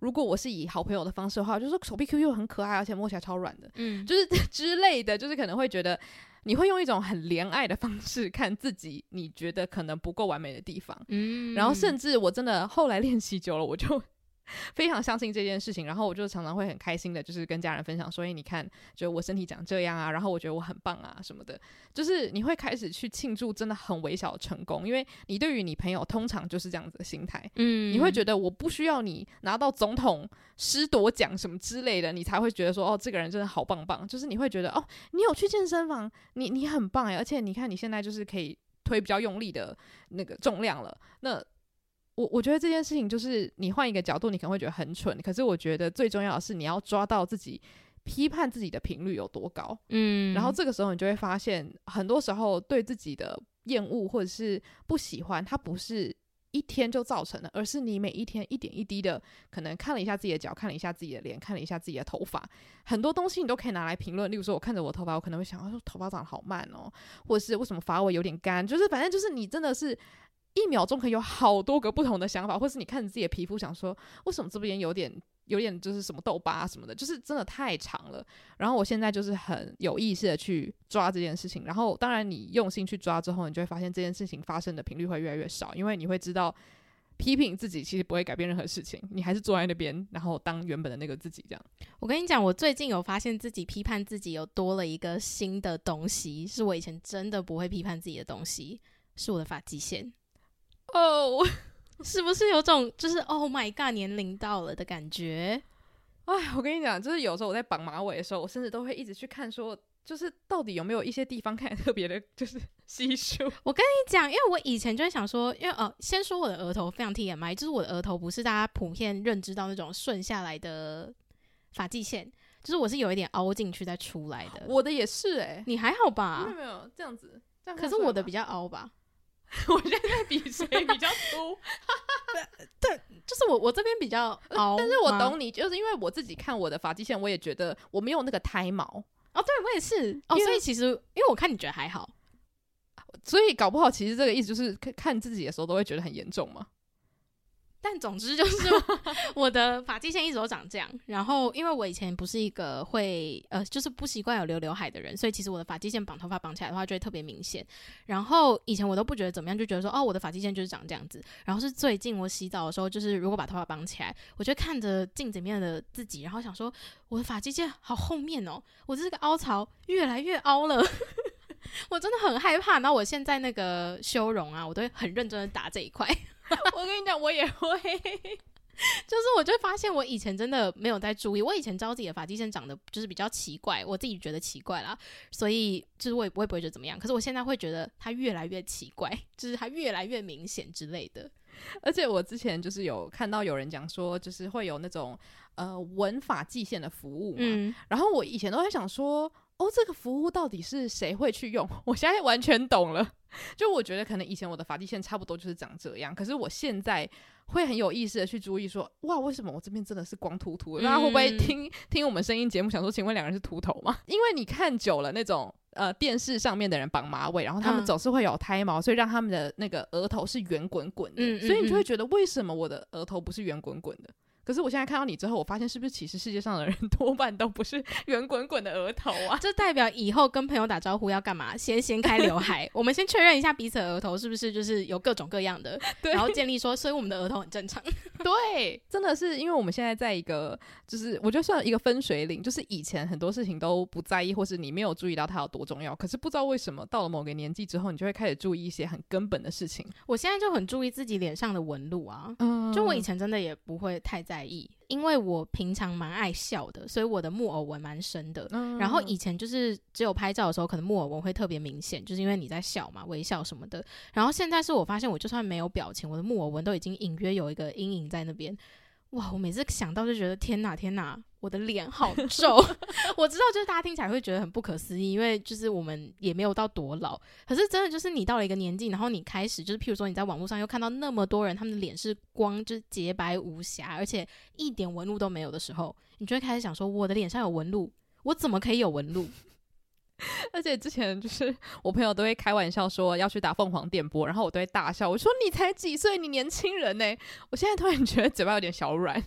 如果我是以好朋友的方式的话，就说手臂 Q Q 很可爱，而且摸起来超软的，
嗯，
就是之类的，就是可能会觉得你会用一种很怜爱的方式看自己你觉得可能不够完美的地方，
嗯，
然后甚至我真的后来练习久了，我就非常相信这件事情，然后我就常常会很开心的就是跟家人分享说，哎，你看就我身体长这样啊，然后我觉得我很棒啊什么的，就是你会开始去庆祝真的很微小的成功，因为你对于你朋友通常就是这样子的心态，嗯，你会觉得我不需要你拿到总统师铎奖什么之类的，你才会觉得说哦这个人真的好棒棒，就是你会觉得哦你有去健身房，你你很棒耶，而且你看你现在就是可以推比较用力的那个重量了，那我我觉得这件事情就是你换一个角度你可能会觉得很蠢，可是我觉得最重要的是你要抓到自己批判自己的频率有多高，嗯，然后这个时候你就会发现很多时候对自己的厌恶或者是不喜欢它不是一天就造成的，而是你每一天一点一滴的可能看了一下自己的脚，看了一下自己的脸，看了一下自己的头发，很多东西你都可以拿来评论，例如说我看着我的头发我可能会想说头发长得好慢哦，或者是为什么发尾有点干，就是反正就是你真的是一秒钟可以有好多个不同的想法，或是你看着自己的皮肤想说为什么这边有点有点就是什么痘疤什么的，就是真的太长了，然后我现在就是很有意识的去抓这件事情，然后当然你用心去抓之后你就会发现这件事情发生的频率会越来越少，因为你会知道批评自己其实不会改变任何事情，你还是坐在那边然后当原本的那个自己这样。
我跟你讲，我最近有发现自己批判自己有多了一个新的东西，是我以前真的不会批判自己的东西，是我的发际线。哦、oh. 是不是有种就是 Oh my god 年龄到了的感觉？
哎，我跟你讲，就是有时候我在绑马尾的时候，我甚至都会一直去看说就是到底有没有一些地方看起来特别的就是稀疏。
我跟你讲，因为我以前就会想说，因为呃，先说我的额头非常 T M I， 就是我的额头不是大家普遍认知到那种顺下来的发际线，就是我是有一点凹进去再出来的。
我的也是哎、欸，
你还好吧？
没有没有这样子，这样
可是我的比较凹吧。
我现在比谁比较粗
对，就是我我这边比较凹，
但是我懂你，就是因为我自己看我的发际线，我也觉得我没有那个胎毛。
哦，对我也是哦，所以其实因为我看你觉得还好，
所以搞不好其实这个意思就是看自己的时候都会觉得很严重嘛。
但总之就是我的发际线一直都长这样，然后因为我以前不是一个会呃就是不习惯有留刘海的人，所以其实我的发际线绑头发绑起来的话就会特别明显，然后以前我都不觉得怎么样，就觉得说哦我的发际线就是长这样子，然后是最近我洗澡的时候，就是如果把头发绑起来，我就看着镜子里面的自己，然后想说我的发际线好后面哦，我这个凹槽越来越凹了我真的很害怕，然后我现在那个修容啊我都会很认真的打这一块
我跟你讲我也会
就是我就发现我以前真的没有在注意，我以前知道自己的发际线长得就是比较奇怪，我自己觉得奇怪啦，所以就是我也不会不会觉得怎么样，可是我现在会觉得它越来越奇怪，就是它越来越明显之类的。
而且我之前就是有看到有人讲说就是会有那种呃纹发际线的服务嘛、嗯、然后我以前都在想说哦这个服务到底是谁会去用，我现在完全懂了，就我觉得可能以前我的发际线差不多就是长这样，可是我现在会很有意识的去注意说哇为什么我这边真的是光秃秃的，大家会不会听听我们声音节目想说请问两个人是秃头吗？因为你看久了那种呃电视上面的人绑马尾，然后他们总是会有胎毛、嗯、所以让他们的那个额头是圆滚滚的、嗯嗯嗯、所以你就会觉得为什么我的额头不是圆滚滚的，可是我现在看到你之后我发现是不是其实世界上的人多半都不是圆滚滚的额头啊，
这代表以后跟朋友打招呼要干嘛，先掀开刘海我们先确认一下彼此的额头是不是就是有各种各样的，然后建立说所以我们的额头很正常
对，真的是因为我们现在在一个就是我觉得算一个分水岭，就是以前很多事情都不在意或是你没有注意到它有多重要，可是不知道为什么到了某个年纪之后你就会开始注意一些很根本的事情。
我现在就很注意自己脸上的纹路啊、嗯、就我以前真的也不会太在意，因为我平常蛮爱笑的，所以我的木偶纹蛮深的、嗯、然后以前就是只有拍照的时候可能木偶纹会特别明显，就是因为你在笑嘛，微笑什么的，然后现在是我发现我就算没有表情，我的木偶纹都已经隐约有一个阴影在那边，哇我每次想到就觉得天哪天哪我的脸好皱我知道就是大家听起来会觉得很不可思议，因为就是我们也没有到多老，可是真的就是你到了一个年纪，然后你开始就是譬如说你在网络上又看到那么多人他们的脸是光就是洁白无瑕而且一点纹路都没有的时候，你就会开始想说我的脸上有纹路，我怎么可以有纹路
而且之前就是我朋友都会开玩笑说要去打凤凰电波，然后我都会大笑，我说你才几岁你年轻人欸，我现在突然觉得嘴巴有点小软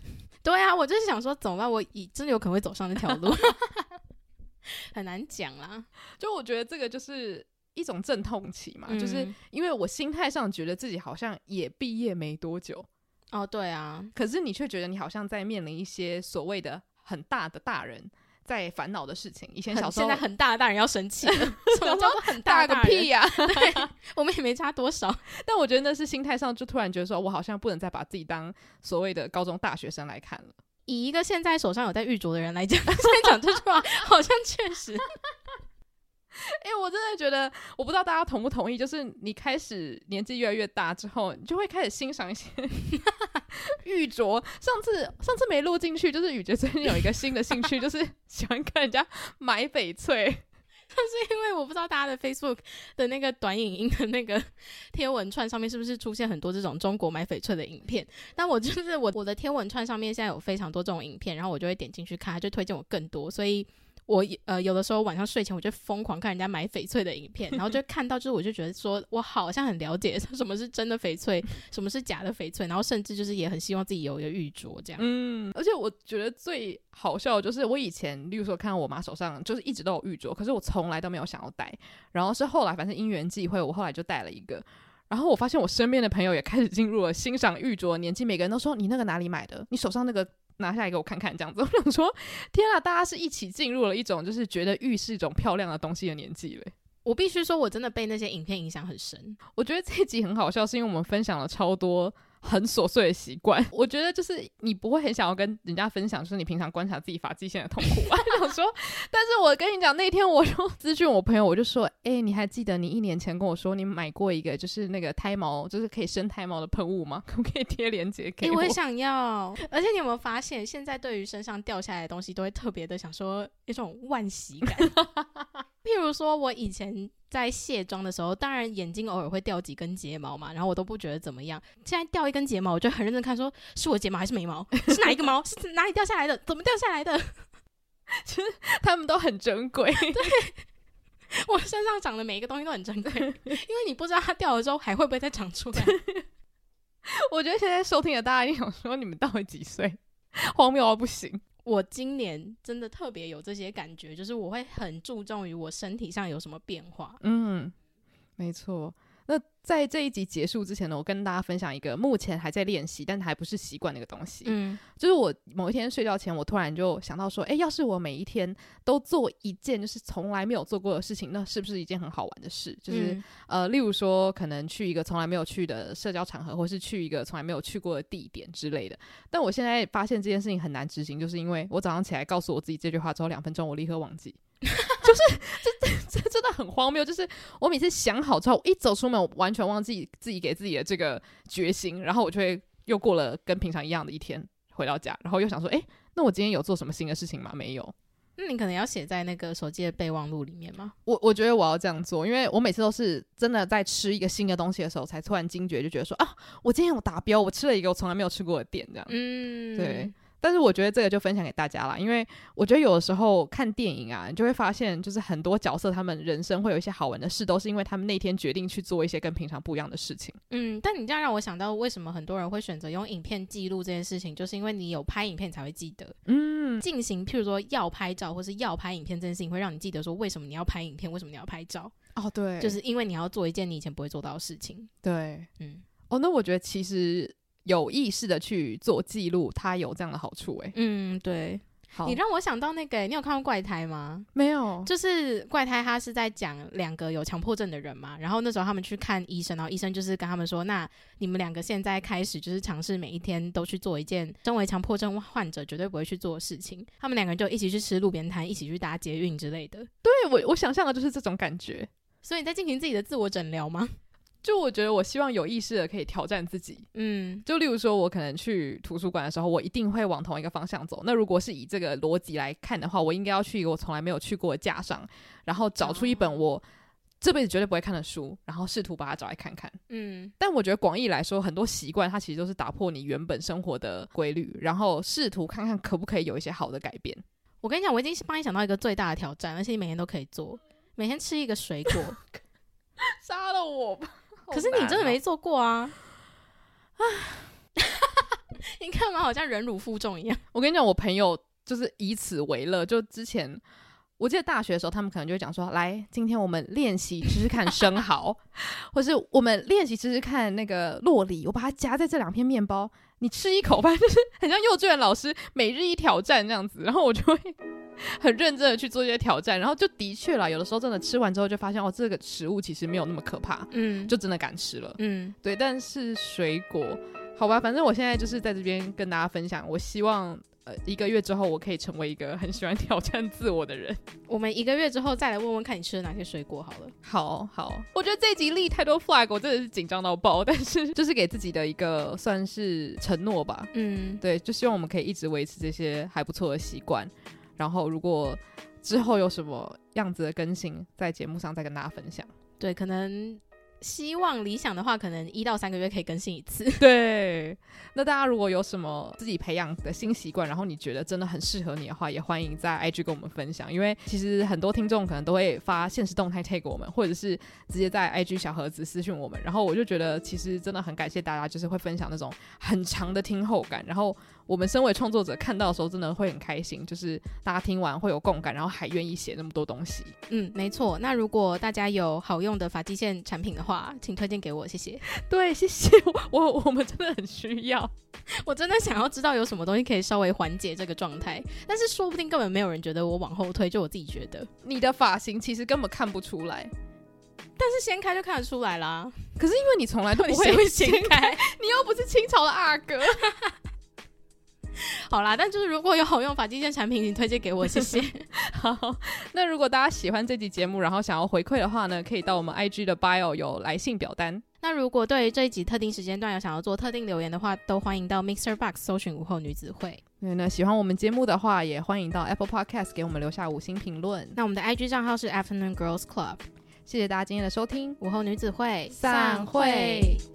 对啊，我就是想说怎么办，我真的有可能会走上那条路很难讲啦。
就我觉得这个就是一种阵痛期嘛、
嗯、
就是因为我心态上觉得自己好像也毕业没多久。
哦，对啊，
可是你却觉得你好像在面临一些所谓的很大的大人在烦恼的事情。以前小时候
现在很大的大人要生气了什么叫做很大的大人？
大个屁呀、啊！
对，我们也没差多少。
但我觉得那是心态上就突然觉得说我好像不能再把自己当所谓的高中大学生来看了。
以一个现在手上有在玉镯的人来讲，现在讲这句话好像确实
哎、欸，我真的觉得，我不知道大家同不同意，就是你开始年纪越来越大之后，你就会开始欣赏一些玉镯。上次上次没录进去，就是雨杰最近有一个新的兴趣，就是喜欢看人家买翡翠。
就是因为我不知道大家的 Facebook 的那个短影音的那个贴文串上面是不是出现很多这种中国买翡翠的影片，但我就是我我的贴文串上面现在有非常多这种影片，然后我就会点进去看，它就推荐我更多，所以我呃有的时候晚上睡前我就疯狂看人家买翡翠的影片，然后就看到就是我就觉得说我好像很了解什么是真的翡翠，什么是假的翡翠，然后甚至就是也很希望自己有一个玉镯这样。
嗯，而且我觉得最好笑的就是我以前例如说看到我妈手上就是一直都有玉镯，可是我从来都没有想要戴，然后是后来反正因缘际会我后来就戴了一个，然后我发现我身边的朋友也开始进入了欣赏玉镯的年纪，每个人都说你那个哪里买的，你手上那个拿下来给我看看这样子。我想说天啊，大家是一起进入了一种就是觉得玉是一种漂亮的东西的年纪了。
我必须说我真的被那些影片影响很深。
我觉得这一集很好笑是因为我们分享了超多很琐碎的习惯，我觉得就是你不会很想要跟人家分享就是你平常观察自己发际线的痛苦吧想说，但是我跟你讲那天我就咨询我朋友，我就说哎、欸，你还记得你一年前跟我说你买过一个就是那个胎毛就是可以生胎毛的喷雾吗？可不可以贴链接给我？
欸，我也想要。而且你有没有发现现在对于身上掉下来的东西都会特别的想说一种惋惜感譬如说我以前在卸妆的时候，当然眼睛偶尔会掉几根睫毛嘛，然后我都不觉得怎么样，现在掉一根睫毛我就很认真看说是我睫毛还是眉毛，是哪一个毛是哪里掉下来的，怎么掉下来的
其实他们都很珍贵
对，我身上长的每一个东西都很珍贵因为你不知道它掉了之后还会不会再长出来
我觉得现在收听的大家一定想说你们到底几岁，荒谬到不行。
我今年真的特别有这些感觉，就是我会很注重于我身体上有什么变化。
嗯，没错。那在这一集结束之前呢，我跟大家分享一个目前还在练习但还不是习惯那个东西。嗯，就是我某一天睡觉前我突然就想到说，哎，要是我每一天都做一件就是从来没有做过的事情，那是不是一件很好玩的事？就是、嗯、呃，例如说可能去一个从来没有去的社交场合，或是去一个从来没有去过的地点之类的。但我现在发现这件事情很难执行，就是因为我早上起来告诉我自己这句话之后两分钟我立刻忘记就是这这真的很荒谬，就是我每次想好之后，我一走出门我完全忘记自己给自己的这个决心，然后我就会又过了跟平常一样的一天回到家，然后又想说哎，那我今天有做什么新的事情吗？没有。
那你可能要写在那个手机的备忘录里面吗？
我我觉得我要这样做，因为我每次都是真的在吃一个新的东西的时候才突然惊觉，就觉得说啊，我今天有达标，我吃了一个我从来没有吃过的店这样。嗯，对。但是我觉得这个就分享给大家啦，因为我觉得有的时候看电影啊，你就会发现就是很多角色他们人生会有一些好玩的事，都是因为他们那天决定去做一些跟平常不一样的事情。
嗯，但你这样让我想到为什么很多人会选择用影片记录这件事情，就是因为你有拍影片才会记得。嗯，进行譬如说要拍照或是要拍影片这件事情，会让你记得说为什么你要拍影片，为什么你要拍照。
哦，对，
就是因为你要做一件你以前不会做到的事情。
对，嗯，哦，那我觉得其实有意识的去做记录，它有这样的好处欸。
嗯，对。你让我想到那个、欸、你有看过怪胎吗？
没有。就是
怪胎他是在讲两个有强迫症的人嘛，然后那时候他们去看医生，然后医生就是跟他们说，那你们两个现在开始就是尝试每一天都去做一件身为强迫症患者绝对不会去做的事情。他们两个人就一起去吃路边摊，一起去搭捷运之类的。
对，我我想象的就是这种感觉。
所以你在进行自己的自我诊疗吗？
就我觉得我希望有意识的可以挑战自己。嗯，就例如说我可能去图书馆的时候，我一定会往同一个方向走，那如果是以这个逻辑来看的话，我应该要去一个我从来没有去过的架上，然后找出一本我这辈子绝对不会看的书，然后试图把它找来看看。嗯，但我觉得广义来说，很多习惯它其实都是打破你原本生活的规律，然后试图看看可不可以有一些好的改变。
我跟你讲，我已经帮你想到一个最大的挑战，而且你每天都可以做，每天吃一个水果。
杀了我吧！
可是你真的没做过啊！ 你干嘛好像忍辱负重一样？
我跟你讲，我朋友就是以此为乐，就之前我记得大学的时候，他们可能就会讲说，来，今天我们练习吃吃看生蚝，或是我们练习吃吃看那个酪梨，我把它夹在这两片面包，你吃一口吧，就是很像幼稚园老师每日一挑战这样子，然后我就会很认真的去做这些挑战，然后就的确啦，有的时候真的吃完之后就发现哦，这个食物其实没有那么可怕，嗯，就真的敢吃了，嗯，对。但是水果，好吧，反正我现在就是在这边跟大家分享，我希望呃一个月之后我可以成为一个很喜欢挑战自我的人。
我们一个月之后再来问问看你吃了哪些水果好了。
好好，我觉得这一集立太多 flag， 我真的是紧张到爆，但是就是给自己的一个算是承诺吧，嗯，对，就希望我们可以一直维持这些还不错的习惯。然后如果之后有什么样子的更新，在节目上再跟大家分享。
对，可能希望理想的话，可能一到三个月可以更新一次。
对，那大家如果有什么自己培养的新习惯，然后你觉得真的很适合你的话，也欢迎在 I G 跟我们分享。因为其实很多听众可能都会发限时动态 tag 我们，或者是直接在 I G 小盒子私讯我们。然后我就觉得，其实真的很感谢大家，就是会分享那种很长的听后感，然后我们身为创作者看到的时候真的会很开心，就是大家听完会有共感，然后还愿意写那么多东西。
嗯，没错。那如果大家有好用的发际线产品的话，请推荐给我，谢谢。
对，谢谢，我我们真的很需要。
我真的想要知道有什么东西可以稍微缓解这个状态，但是说不定根本没有人觉得我往后退，就我自己觉得。
你的发型其实根本看不出来，
但是掀开就看得出来啦。
可是因为你从来都不会掀开，你又不是清朝的阿哥。
好啦，但就是如果有好用发际线产品，请推荐给我，谢谢。
好，那如果大家喜欢这集节目，然后想要回馈的话呢，可以到我们 I G 的 bio 有来信表单。
那如果对于这一集特定时间段有想要做特定留言的话，都欢迎到 Mixer Box 搜寻午后女子会。
对，那喜欢我们节目的话，也欢迎到 Apple Podcast 给我们留下五星评论。
那我们的 I G 账号是 Afternoon Girls Club。
谢谢大家今天的收听，
午后女子会
散会。